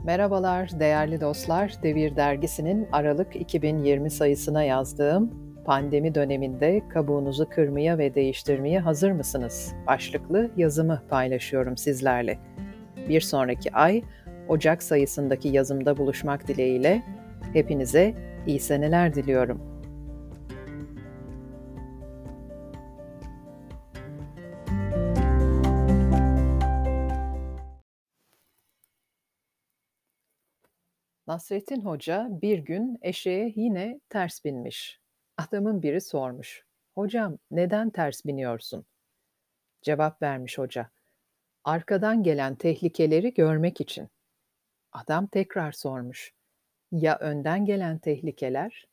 Merhabalar değerli dostlar, Devir Dergisi'nin Aralık 2020 sayısına yazdığım "Pandemi döneminde kabuğunuzu kırmaya ve değiştirmeye hazır mısınız?" başlıklı yazımı paylaşıyorum sizlerle. Bir sonraki ay Ocak sayısındaki yazımda buluşmak dileğiyle hepinize iyi seneler diliyorum. Nasrettin Hoca bir gün eşeğe yine ters binmiş. Adamın biri sormuş: "Hocam, neden ters biniyorsun?" Cevap vermiş hoca: "Arkadan gelen tehlikeleri görmek için." Adam tekrar sormuş: "Ya önden gelen tehlikeler?"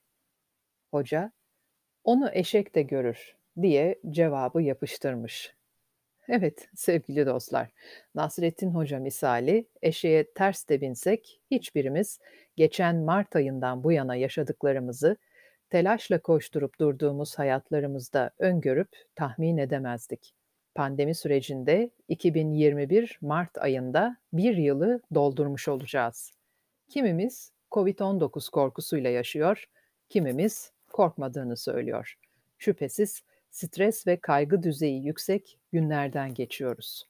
Hoca, "Onu eşek de görür." diye cevabı yapıştırmış. Evet sevgili dostlar, Nasrettin Hoca misali eşeğe ters de binsek hiçbirimiz geçen Mart ayından bu yana yaşadıklarımızı telaşla koşturup durduğumuz hayatlarımızda öngörüp tahmin edemezdik. Pandemi sürecinde 2021 Mart ayında bir yılı doldurmuş olacağız. Kimimiz COVID-19 korkusuyla yaşıyor, kimimiz korkmadığını söylüyor. Şüphesiz stres ve kaygı düzeyi yüksek günlerden geçiyoruz.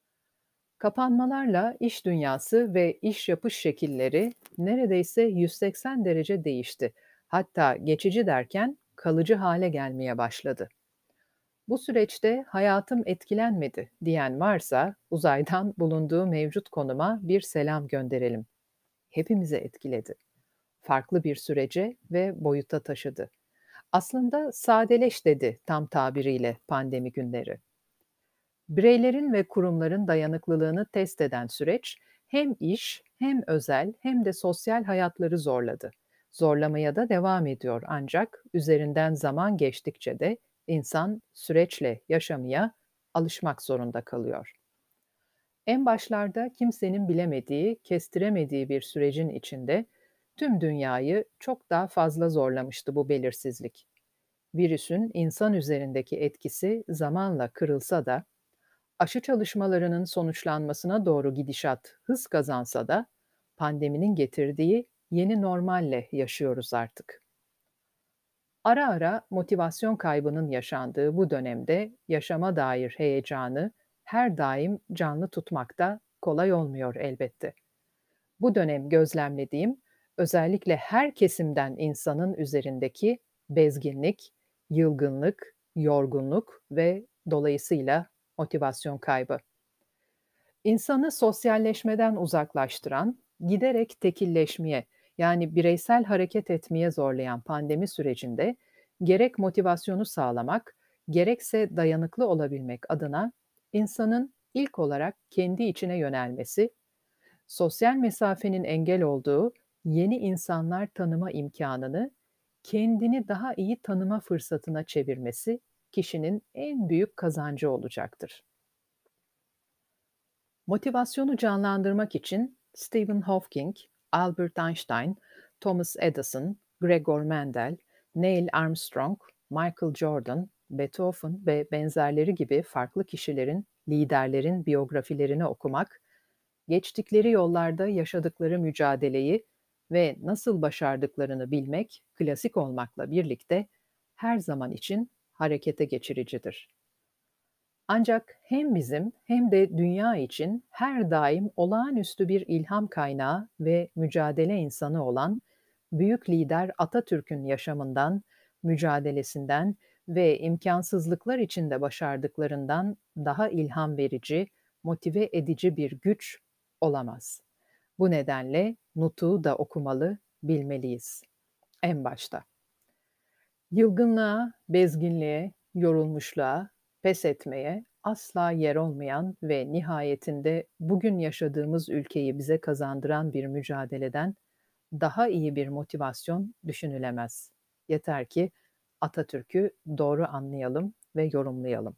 Kapanmalarla iş dünyası ve iş yapış şekilleri neredeyse 180 derece değişti. Hatta geçici derken kalıcı hale gelmeye başladı. Bu süreçte hayatım etkilenmedi diyen varsa uzaydan bulunduğu mevcut konuma bir selam gönderelim. Hepimizi etkiledi. Farklı bir sürece ve boyuta taşıdı. Aslında sadeleş dedi tam tabiriyle pandemi günleri. Bireylerin ve kurumların dayanıklılığını test eden süreç hem iş, hem özel, hem de sosyal hayatları zorladı. Zorlamaya da devam ediyor ancak üzerinden zaman geçtikçe de insan süreçle yaşamaya alışmak zorunda kalıyor. En başlarda kimsenin bilemediği, kestiremediği bir sürecin içinde tüm dünyayı çok daha fazla zorlamıştı bu belirsizlik. Virüsün insan üzerindeki etkisi zamanla kırılsa da, aşı çalışmalarının sonuçlanmasına doğru gidişat hız kazansa da, pandeminin getirdiği yeni normalle yaşıyoruz artık. Ara ara motivasyon kaybının yaşandığı bu dönemde yaşama dair heyecanı her daim canlı tutmak da kolay olmuyor elbette. Bu dönem gözlemlediğim özellikle her kesimden insanın üzerindeki bezginlik, yılgınlık, yorgunluk ve dolayısıyla motivasyon kaybı. İnsanı sosyalleşmeden uzaklaştıran, giderek tekilleşmeye, yani bireysel hareket etmeye zorlayan pandemi sürecinde gerek motivasyonu sağlamak, gerekse dayanıklı olabilmek adına insanın ilk olarak kendi içine yönelmesi, sosyal mesafenin engel olduğu yeni insanlar tanıma imkanını kendini daha iyi tanıma fırsatına çevirmesi kişinin en büyük kazancı olacaktır. Motivasyonu canlandırmak için Stephen Hawking, Albert Einstein, Thomas Edison, Gregor Mendel, Neil Armstrong, Michael Jordan, Beethoven ve benzerleri gibi farklı kişilerin, liderlerin biyografilerini okumak, geçtikleri yollarda yaşadıkları mücadeleyi ve nasıl başardıklarını bilmek klasik olmakla birlikte her zaman için harekete geçiricidir. Ancak hem bizim hem de dünya için her daim olağanüstü bir ilham kaynağı ve mücadele insanı olan büyük lider Atatürk'ün yaşamından, mücadelesinden ve imkansızlıklar içinde başardıklarından daha ilham verici, motive edici bir güç olamaz. Bu nedenle Nutuk'u da okumalı, bilmeliyiz. En başta. Yılgınlığa, bezginliğe, yorulmuşluğa, pes etmeye asla yer olmayan ve nihayetinde bugün yaşadığımız ülkeyi bize kazandıran bir mücadeleden daha iyi bir motivasyon düşünülemez. Yeter ki Atatürk'ü doğru anlayalım ve yorumlayalım.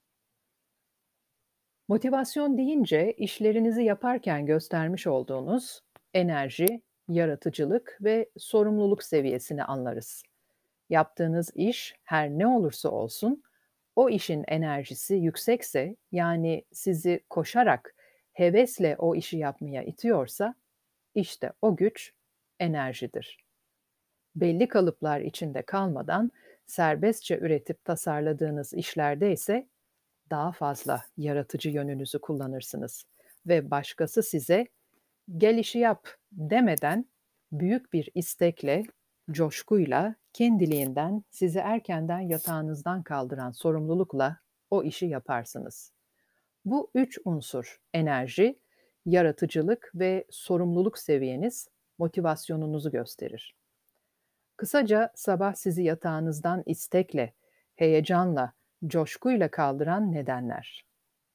Motivasyon deyince işlerinizi yaparken göstermiş olduğunuz enerji, yaratıcılık ve sorumluluk seviyesini anlarız. Yaptığınız iş her ne olursa olsun, o işin enerjisi yüksekse, yani sizi koşarak, hevesle o işi yapmaya itiyorsa, İşte o güç enerjidir. Belli kalıplar içinde kalmadan serbestçe üretip tasarladığınız işlerde ise daha fazla yaratıcı yönünüzü kullanırsınız ve başkası size "Gel işi yap." demeden büyük bir istekle, coşkuyla, kendiliğinden sizi erkenden yatağınızdan kaldıran sorumlulukla o işi yaparsınız. Bu 3 unsur enerji, yaratıcılık ve sorumluluk seviyeniz motivasyonunuzu gösterir. Kısaca sabah sizi yatağınızdan istekle, heyecanla, coşkuyla kaldıran nedenler.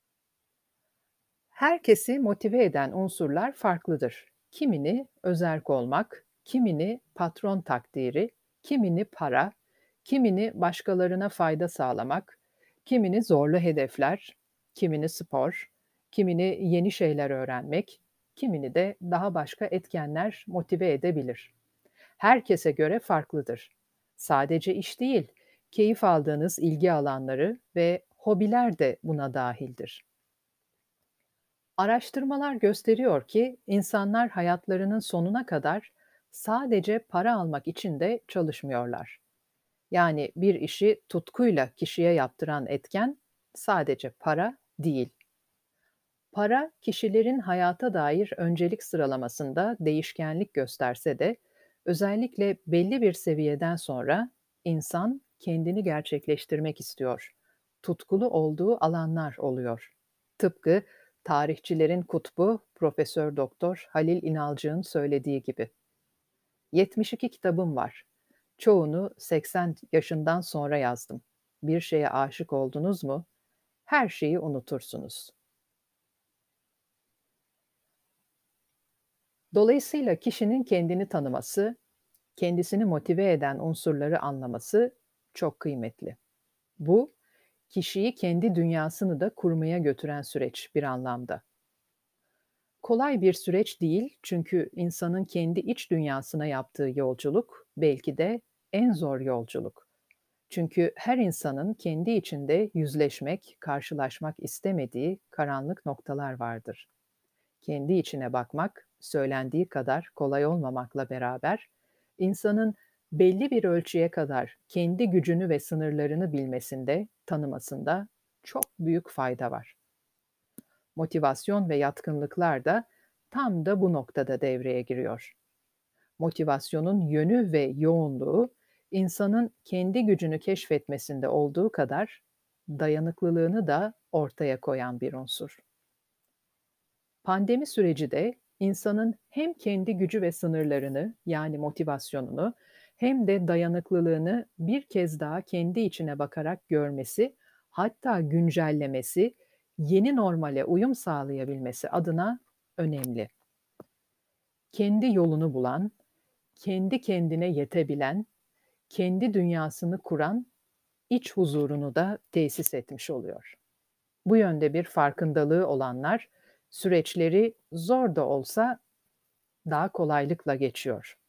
Herkesi motive eden unsurlar farklıdır. Kimini özerk olmak, kimini patron takdiri, kimini para, kimini başkalarına fayda sağlamak, kimini zorlu hedefler, kimini spor, kimini yeni şeyler öğrenmek, kimini de daha başka etkenler motive edebilir. Herkese göre farklıdır. Sadece iş değil, keyif aldığınız ilgi alanları ve hobiler de buna dahildir. Araştırmalar gösteriyor ki insanlar hayatlarının sonuna kadar sadece para almak için de çalışmıyorlar. Yani bir işi tutkuyla kişiye yaptıran etken sadece para değil. Para kişilerin hayata dair öncelik sıralamasında değişkenlik gösterse de özellikle belli bir seviyeden sonra insan kendini gerçekleştirmek istiyor. Tutkulu olduğu alanlar oluyor. Tıpkı tarihçilerin kutbu Profesör Doktor Halil İnalcık'ın söylediği gibi. 72 kitabım var. Çoğunu 80 yaşından sonra yazdım. Bir şeye aşık oldunuz mu? Her şeyi unutursunuz. Dolayısıyla kişinin kendini tanıması, kendisini motive eden unsurları anlaması çok kıymetli. Bu, kişiyi kendi dünyasını da kurmaya götüren süreç bir anlamda. Kolay bir süreç değil çünkü insanın kendi iç dünyasına yaptığı yolculuk belki de en zor yolculuk. Çünkü her insanın kendi içinde yüzleşmek, karşılaşmak istemediği karanlık noktalar vardır. Kendi içine bakmak, söylendiği kadar kolay olmamakla beraber, insanın belli bir ölçüye kadar kendi gücünü ve sınırlarını bilmesinde, tanımasında çok büyük fayda var. Motivasyon ve yatkınlıklar da tam da bu noktada devreye giriyor. Motivasyonun yönü ve yoğunluğu, insanın kendi gücünü keşfetmesinde olduğu kadar dayanıklılığını da ortaya koyan bir unsur. Pandemi süreci de insanın hem kendi gücü ve sınırlarını, yani motivasyonunu, hem de dayanıklılığını bir kez daha kendi içine bakarak görmesi, hatta güncellemesi, yeni normale uyum sağlayabilmesi adına önemli. Kendi yolunu bulan, kendi kendine yetebilen, kendi dünyasını kuran iç huzurunu da tesis etmiş oluyor. Bu yönde bir farkındalığı olanlar süreçleri zor da olsa daha kolaylıkla geçiyor.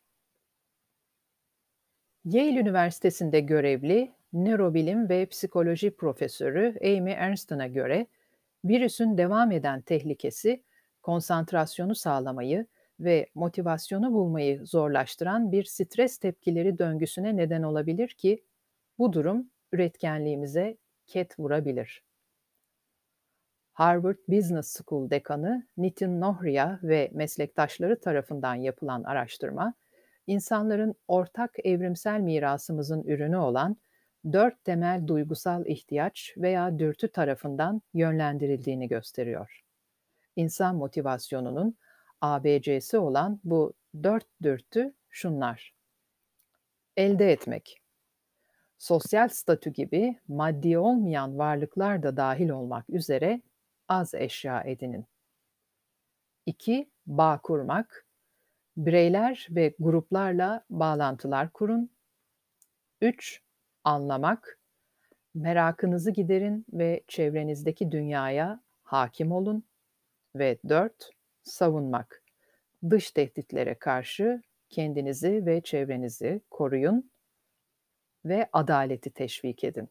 Yale Üniversitesi'nde görevli nörobilim ve psikoloji profesörü Amy Ernst'ına göre virüsün devam eden tehlikesi konsantrasyonu sağlamayı ve motivasyonu bulmayı zorlaştıran bir stres tepkileri döngüsüne neden olabilir ki bu durum üretkenliğimize ket vurabilir. Harvard Business School dekanı Nitin Nohria ve meslektaşları tarafından yapılan araştırma, insanların ortak evrimsel mirasımızın ürünü olan 4 temel duygusal ihtiyaç veya dürtü tarafından yönlendirildiğini gösteriyor. İnsan motivasyonunun ABC'si olan bu 4 dürtü şunlar: elde etmek, sosyal statü gibi maddi olmayan varlıklar da dahil olmak üzere az eşya edinin. 2. Bağ kurmak. Bireyler ve gruplarla bağlantılar kurun. 3. Anlamak. Merakınızı giderin ve çevrenizdeki dünyaya hakim olun. Ve 4. Savunmak. Dış tehditlere karşı kendinizi ve çevrenizi koruyun ve adaleti teşvik edin.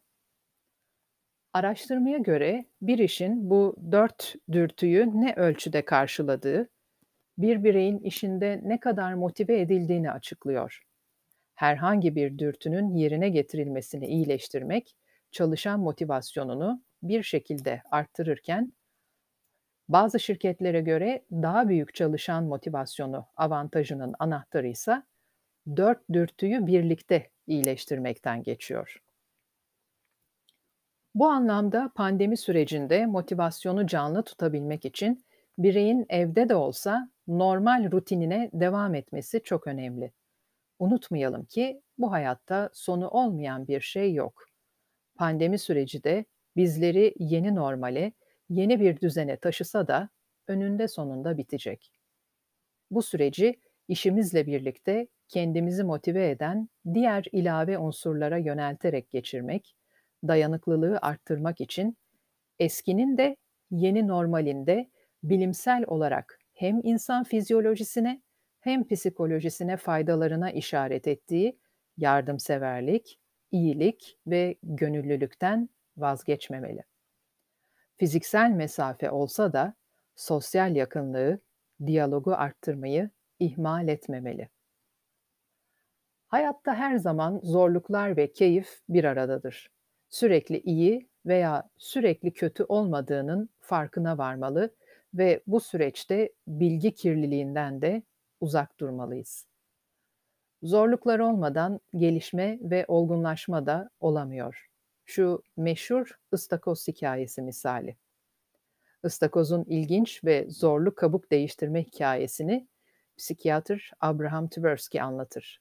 Araştırmaya göre bir işin bu 4 dürtüyü ne ölçüde karşıladığı, bir bireyin işinde ne kadar motive edildiğini açıklıyor. Herhangi bir dürtünün yerine getirilmesini iyileştirmek, çalışan motivasyonunu bir şekilde arttırırken, bazı şirketlere göre daha büyük çalışan motivasyonu avantajının anahtarı ise 4 dürtüyü birlikte iyileştirmekten geçiyor. Bu anlamda pandemi sürecinde motivasyonu canlı tutabilmek için bireyin evde de olsa normal rutinine devam etmesi çok önemli. Unutmayalım ki bu hayatta sonu olmayan bir şey yok. Pandemi süreci de bizleri yeni normale, yeni bir düzene taşısa da önünde sonunda bitecek. Bu süreci işimizle birlikte kendimizi motive eden diğer ilave unsurlara yönelterek geçirmek, dayanıklılığı arttırmak için eskinin de yeni normalinde bilimsel olarak hem insan fizyolojisine hem psikolojisine faydalarına işaret ettiği yardımseverlik, iyilik ve gönüllülükten vazgeçmemeli. Fiziksel mesafe olsa da sosyal yakınlığı, diyalogu arttırmayı ihmal etmemeli. Hayatta her zaman zorluklar ve keyif bir aradadır. Sürekli iyi veya sürekli kötü olmadığının farkına varmalı ve bu süreçte bilgi kirliliğinden de uzak durmalıyız. Zorluklar olmadan gelişme ve olgunlaşma da olamıyor. Şu meşhur ıstakoz hikayesi misali. Istakozun ilginç ve zorlu kabuk değiştirme hikayesini psikiyatr Abraham Tversky anlatır.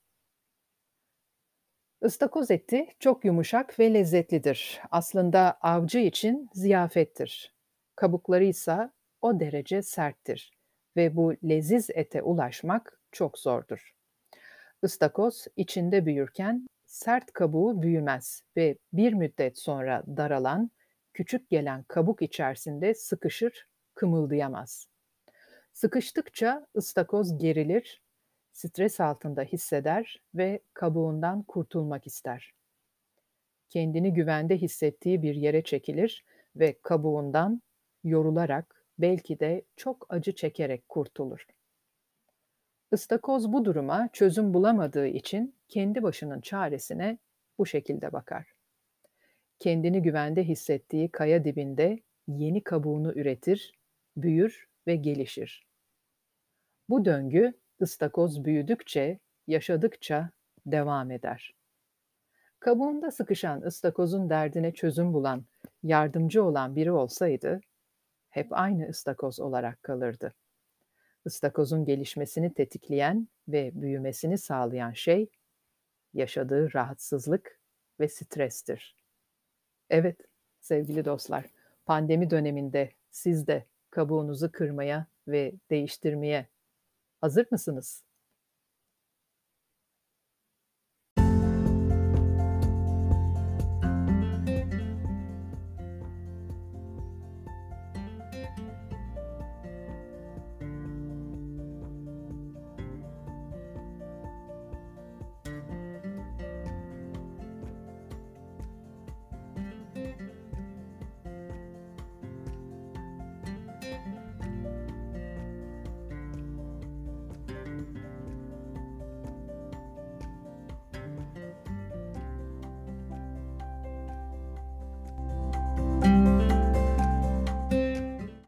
Istakoz eti çok yumuşak ve lezzetlidir. Aslında avcı için ziyafettir. Kabukları ise o derece serttir ve bu leziz ete ulaşmak çok zordur. Istakoz içinde büyürken sert kabuğu büyümez ve bir müddet sonra daralan, küçük gelen kabuk içerisinde sıkışır, kımıldayamaz. Sıkıştıkça ıstakoz gerilir, stres altında hisseder ve kabuğundan kurtulmak ister. Kendini güvende hissettiği bir yere çekilir ve kabuğundan yorularak, belki de çok acı çekerek kurtulur. Istakoz bu duruma çözüm bulamadığı için kendi başının çaresine bu şekilde bakar. Kendini güvende hissettiği kaya dibinde yeni kabuğunu üretir, büyür ve gelişir. Bu döngü ıstakoz büyüdükçe, yaşadıkça devam eder. Kabuğunda sıkışan ıstakozun derdine çözüm bulan, yardımcı olan biri olsaydı, hep aynı ıstakoz olarak kalırdı. Istakozun gelişmesini tetikleyen ve büyümesini sağlayan şey, yaşadığı rahatsızlık ve strestir. Evet, sevgili dostlar, pandemi döneminde siz de kabuğunuzu kırmaya ve değiştirmeye hazır mısınız?